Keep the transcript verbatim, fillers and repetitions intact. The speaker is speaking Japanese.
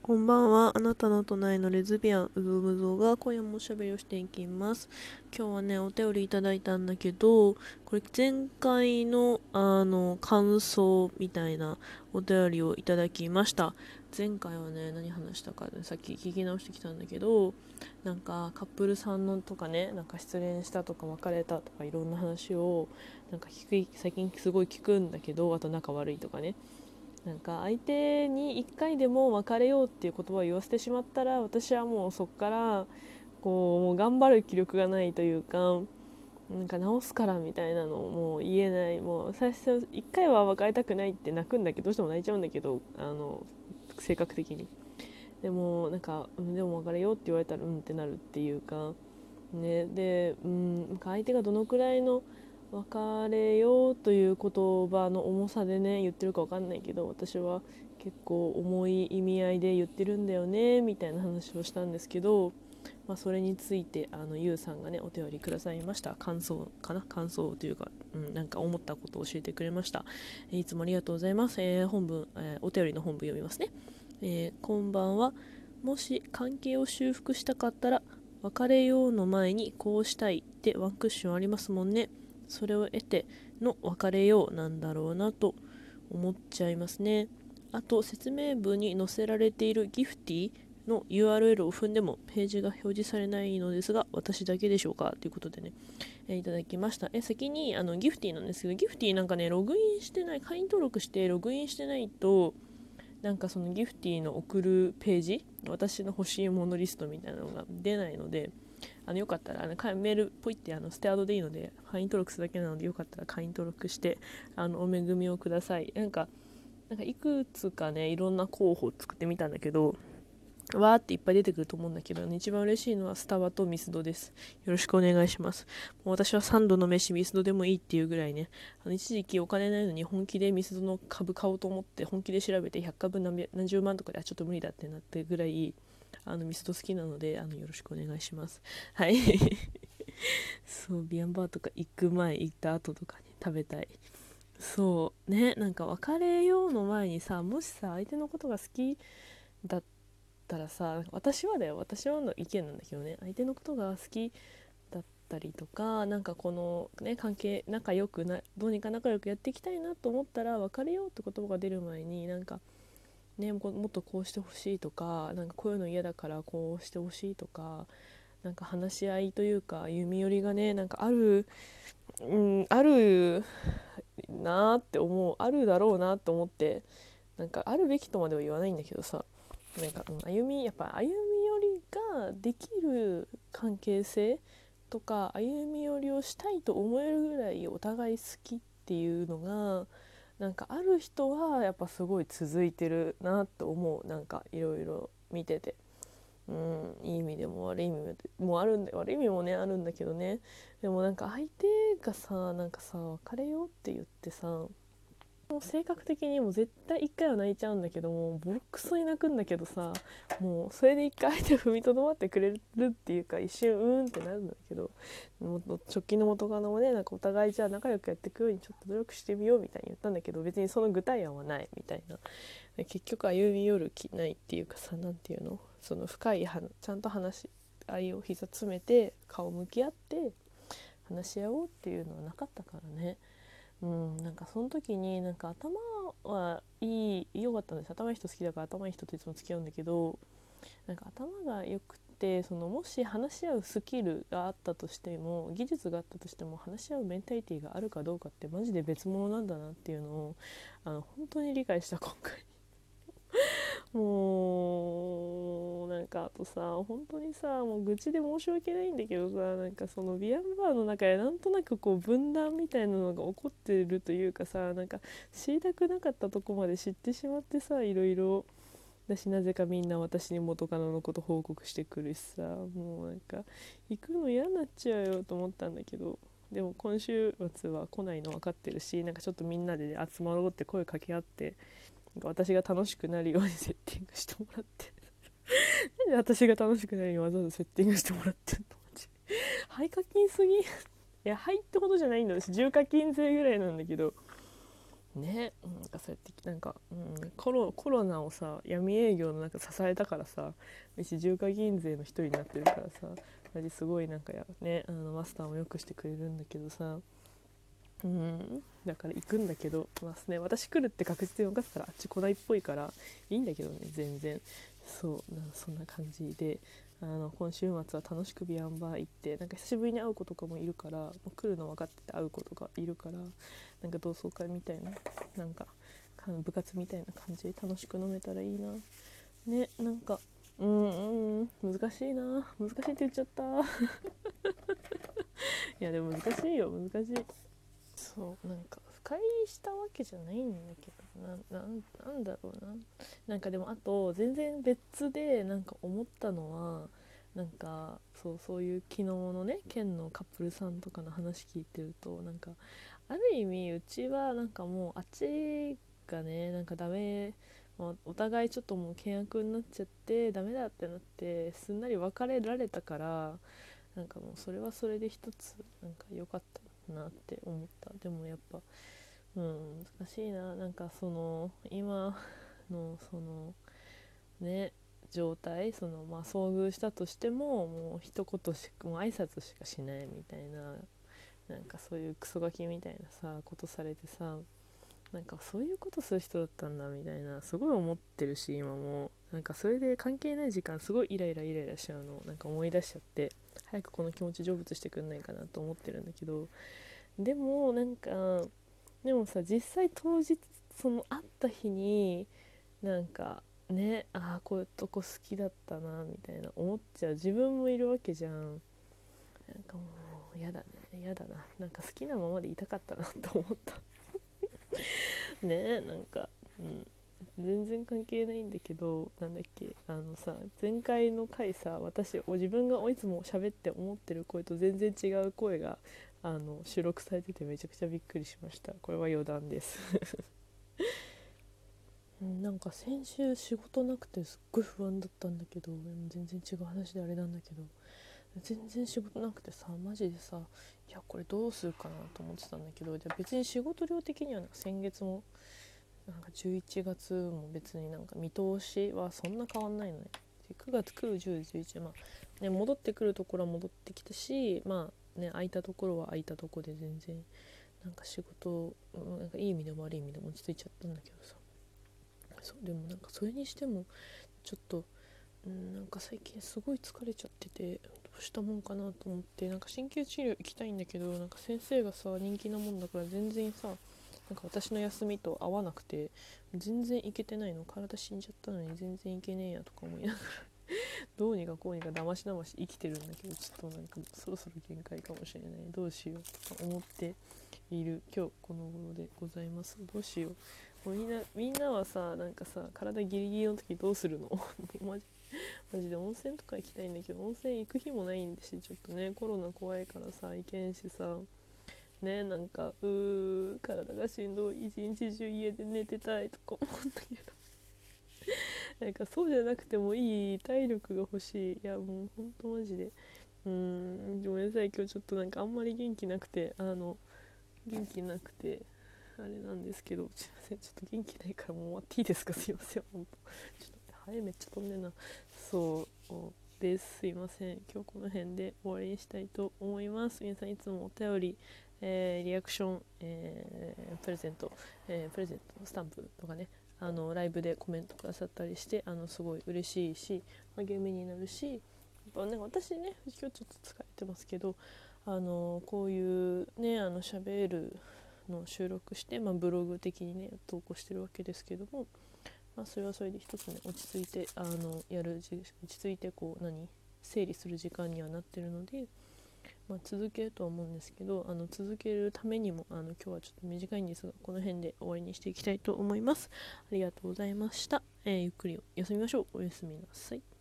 こんばんは。あなたの隣のレズビアン、うぞうむぞうが今夜もおしゃべりをしていきます。今日はね、お便りいただいたんだけど、これ前回のあの、感想みたいなお便りをいただきました。前回はね、何話したか、ね、さっき聞き直してきたんだけど、なんかカップルさんのとかね、なんか失恋したとか別れたとかいろんな話を、なんか聞く、最近すごい聞くんだけど、あと仲悪いとかね。なんか相手にいっかいでも別れようっていう言葉を言わせてしまったら、私はもうそこからこうもう頑張る気力がないというか、なんか直すからみたいなのをもう言えない。もう最初いっかいは別れたくないって泣くんだけど、どうしても泣いちゃうんだけど、あの性格的に。でもなんか、うん、でも別れようって言われたらうんってなるっていうかね。で、うん、なんか相手がどのくらいの別れようという言葉の重さでね言ってるか分かんないけど、私は結構重い意味合いで言ってるんだよねみたいな話をしたんですけど、まあ、それについてあのゆうさんがねお便りくださいました。感想かな、感想というか、うん、なんか思ったことを教えてくれました。いつもありがとうございます。えー、本文、えーお便りの本文読みますね。えーこんばんは。もし関係を修復したかったら別れようの前にこうしたいってワンクッションありますもんね。それを得ての別れようなんだろうなと思っちゃいますね。あと説明文に載せられているギフティの ユーアールエル を踏んでもページが表示されないのですが、私だけでしょうかということでね、えーいただきました。え先にあのギフティなんですけど、ギフティなんかね、ログインしてない、会員登録してログインしてないと、なんかそのギフティの送るページ、私の欲しいものリストみたいなのが出ないので、あのよかったらあのメールポイってあのステアドでいいので会員登録するだけなので、よかったら会員登録してあのお恵みをください。なんかなんかいくつかねいろんな候補を作ってみたんだけど、わーっていっぱい出てくると思うんだけど、ね、一番嬉しいのはスタバとミスドです。よろしくお願いします。もう私はさんどの飯ミスドでもいいっていうぐらいね、あの一時期お金ないのに本気でミスドの株買おうと思って本気で調べてひゃっかぶ何何十万とかで、あちょっと無理だってなってぐらいあのミスド好きなので、あのよろしくお願いします。はい。そうビアンバーとか行く前行った後とかに食べたい。そうね、なんか別れようの前にさ、もしさ相手のことが好きだったらさ、私はだよ、私はの意見なんだけどね、相手のことが好きだったりとか、なんかこのね関係仲良くな、どうにか仲良くやっていきたいなと思ったら、別れようって言葉が出る前に、なんかね、もっとこうしてほしいとか、なんかこういうの嫌だからこうしてほしいとか、なんか話し合いというか歩み寄りがね、なんかある、うん、あるなーって思う、あるだろうなと思って、なんかあるべきとまでは言わないんだけどさ、なんか、うん、歩みやっぱ歩み寄りができる関係性とか、歩み寄りをしたいと思えるぐらいお互い好きっていうのが、なんかある人はやっぱすごい続いてるなと思う。なんかいろいろ見てて、うん、いい意味でも悪い意味もあるんで、悪い意味もねあるんだけどね。でもなんか相手がさ、なんかさ別れようって言ってさ、もう性格的にも絶対一回は泣いちゃうんだけども、ボロクソに泣くんだけどさ、もうそれで一回相手を踏みとどまってくれるっていうか、一瞬うーんってなるんだけど、も直近の元カノもね、なんかお互いじゃあ仲良くやっていくようにちょっと努力してみようみたいに言ったんだけど、別にその具体案はないみたいな。結局歩み寄る気ないっていうかさ、なんていうの、その深いはちゃんと話し合いを膝詰めて顔向き合って話し合おうっていうのはなかったからね。うん、なんかその時になんか頭はいい良かったんです。頭いい人好きだから頭いい人といつも付き合うんだけど、なんか頭が良くて、そのもし話し合うスキルがあったとしても、技術があったとしても、話し合うメンタリティがあるかどうかってマジで別物なんだなっていうのを、あの本当に理解した今回。もうなんか、あとさ、本当にさ、もう愚痴で申し訳ないんだけどさ、なんかそのビアンバーの中でなんとなくこう分断みたいなのが起こってるというかさ、なんか知りたくなかったとこまで知ってしまってさ、いろいろだし、なぜかみんな私に元カノのこと報告してくるしさ、もうなんか行くの嫌になっちゃうよと思ったんだけど、でも今週末は来ないの分かってるし、なんかちょっとみんなで、ね、集まろうって声かけ合って、なんか私が楽しくなるようにセッティングしてもらってなんで私が楽しくなるようにわざわざセッティングしてもらってんの。廃課金すぎ。いや、廃ってほどじゃないんだ、私重課金制ぐらいなんだけど、 ね、なんかそうやってなんか、うん、コロ、コロナをさ闇営業のなんか支えたからさ、私重化銀税の一人になってるからさ、私すごいなんかやね、あのマスターもよくしてくれるんだけどさ、うん、だから行くんだけど、まあね、私来るって確実に分かってたらあっち来ないっぽいからいいんだけどね、全然。そうな、そんな感じで、あの今週末は楽しくビアンバー行って、なんか久しぶりに会う子とかもいるから、もう来るの分かってて会う子とかいるから、なんか同窓会みたいな、なんか部活みたいな感じで楽しく飲めたらいいな。ね、なんかうんうん難しいな、難しいって言っちゃったいやでも難しいよ、難しい。そうなんか深入りしたわけじゃないんだけどな、な、なんだろうな。なんかでもあと全然別でなんか思ったのは、なんかそうそういう昨日のね県のカップルさんとかの話聞いてると、なんかある意味うちはなんかもうあっちがねなんかダメ、まあお互いちょっともう険悪になっちゃってダメだってなってすんなり別れられたから、なんかもうそれはそれで一つなんか良かったなって思った。でもやっぱうん難しいな。なんかその今のそのね状態、そのまあ遭遇したとしてももう一言しかもう挨拶しかしないみたいな、なんかそういうクソガキみたいなさことされてさ、なんかそういうことする人だったんだみたいなすごい思ってるし、今もなんかそれで関係ない時間すごいイライライライラしちゃうのをなんか思い出しちゃって、早くこの気持ち成仏してくんないかなと思ってるんだけど、でもなんかでもさ実際当日その会った日になんかね、ああこういうとこ好きだったなみたいな思っちゃう自分もいるわけじゃん。なんかもうやだね、やだな、なんか好きなままでいたかったなと思ったね。なんか、うん、全然関係ないんだけど、なんだっけ、あのさ前回の回さ、私自分がいつも喋って思ってる声と全然違う声があの収録されててめちゃくちゃびっくりしました。これは余談ですなんか先週仕事なくてすっごい不安だったんだけど、全然違う話であれなんだけど、全然仕事なくてさ、マジでさ、いやこれどうするかなと思ってたんだけど、じゃ別に仕事量的にはなんか先月もなんかじゅういちがつも別になんか見通しはそんな変わんないのね。くがつ、く、じゅう、じゅういち、まあね、戻ってくるところは戻ってきたし、まあね空いたところは空いたところで全然なんか仕事、なんかいい意味でも悪い意味でも落ち着いちゃったんだけどさ、そうでもなんかそれにしてもちょっと、うん、なんか最近すごい疲れちゃってて、どうしたもんかなと思って、なんか鍼灸治療行きたいんだけど、なんか先生がさ人気なもんだから全然さ、なんか私の休みと合わなくて全然行けてないの。体死んじゃったのに全然行けねえやとか思いながらどうにかこうにかだましだまし生きてるんだけど、ちょっとなんかそろそろ限界かもしれない、どうしようとか思っている今日この頃でございます。どうしよう。もうみんなみんなはさ、なんかさ体ギリギリの時どうするのマジマジで温泉とか行きたいんだけど、温泉行く日もないんだし、ちょっとねコロナ怖いからさ行けんしさね、なんかうー体がしんどい、一日中家で寝てたいとか思うんだけどなんかそうじゃなくてもいい体力が欲しい。いやもうほんとマジで、うーんごめんなさい、今日ちょっとなんかあんまり元気なくて、あの元気なくてあれなんですけど、すいません、ちょっと元気ないからもう終わっていいですか、すいません、ほんとちょっとハエめっちゃ飛んでんな。そうです、すいません、今日この辺で終わりにしたいと思います。皆さんいつもお便り、えー、リアクション、えー、プレゼント、えー、プレゼントスタンプとかね、あのライブでコメントくださったりして、あのすごい嬉しいし励みになるし、やっぱ、ね、私ね今日ちょっと疲れてますけど、あのこういうねあの喋るのを収録して、まあ、ブログ的にね投稿してるわけですけども、まあ、それはそれで一つね落ち着いてあのやる落ち着いてこう何整理する時間にはなってるので、まあ、続けるとは思うんですけど、あの続けるためにもあの今日はちょっと短いんですがこの辺で終わりにしていきたいと思います。ありがとうございました。えー、ゆっくり休みましょう。おやすみなさい。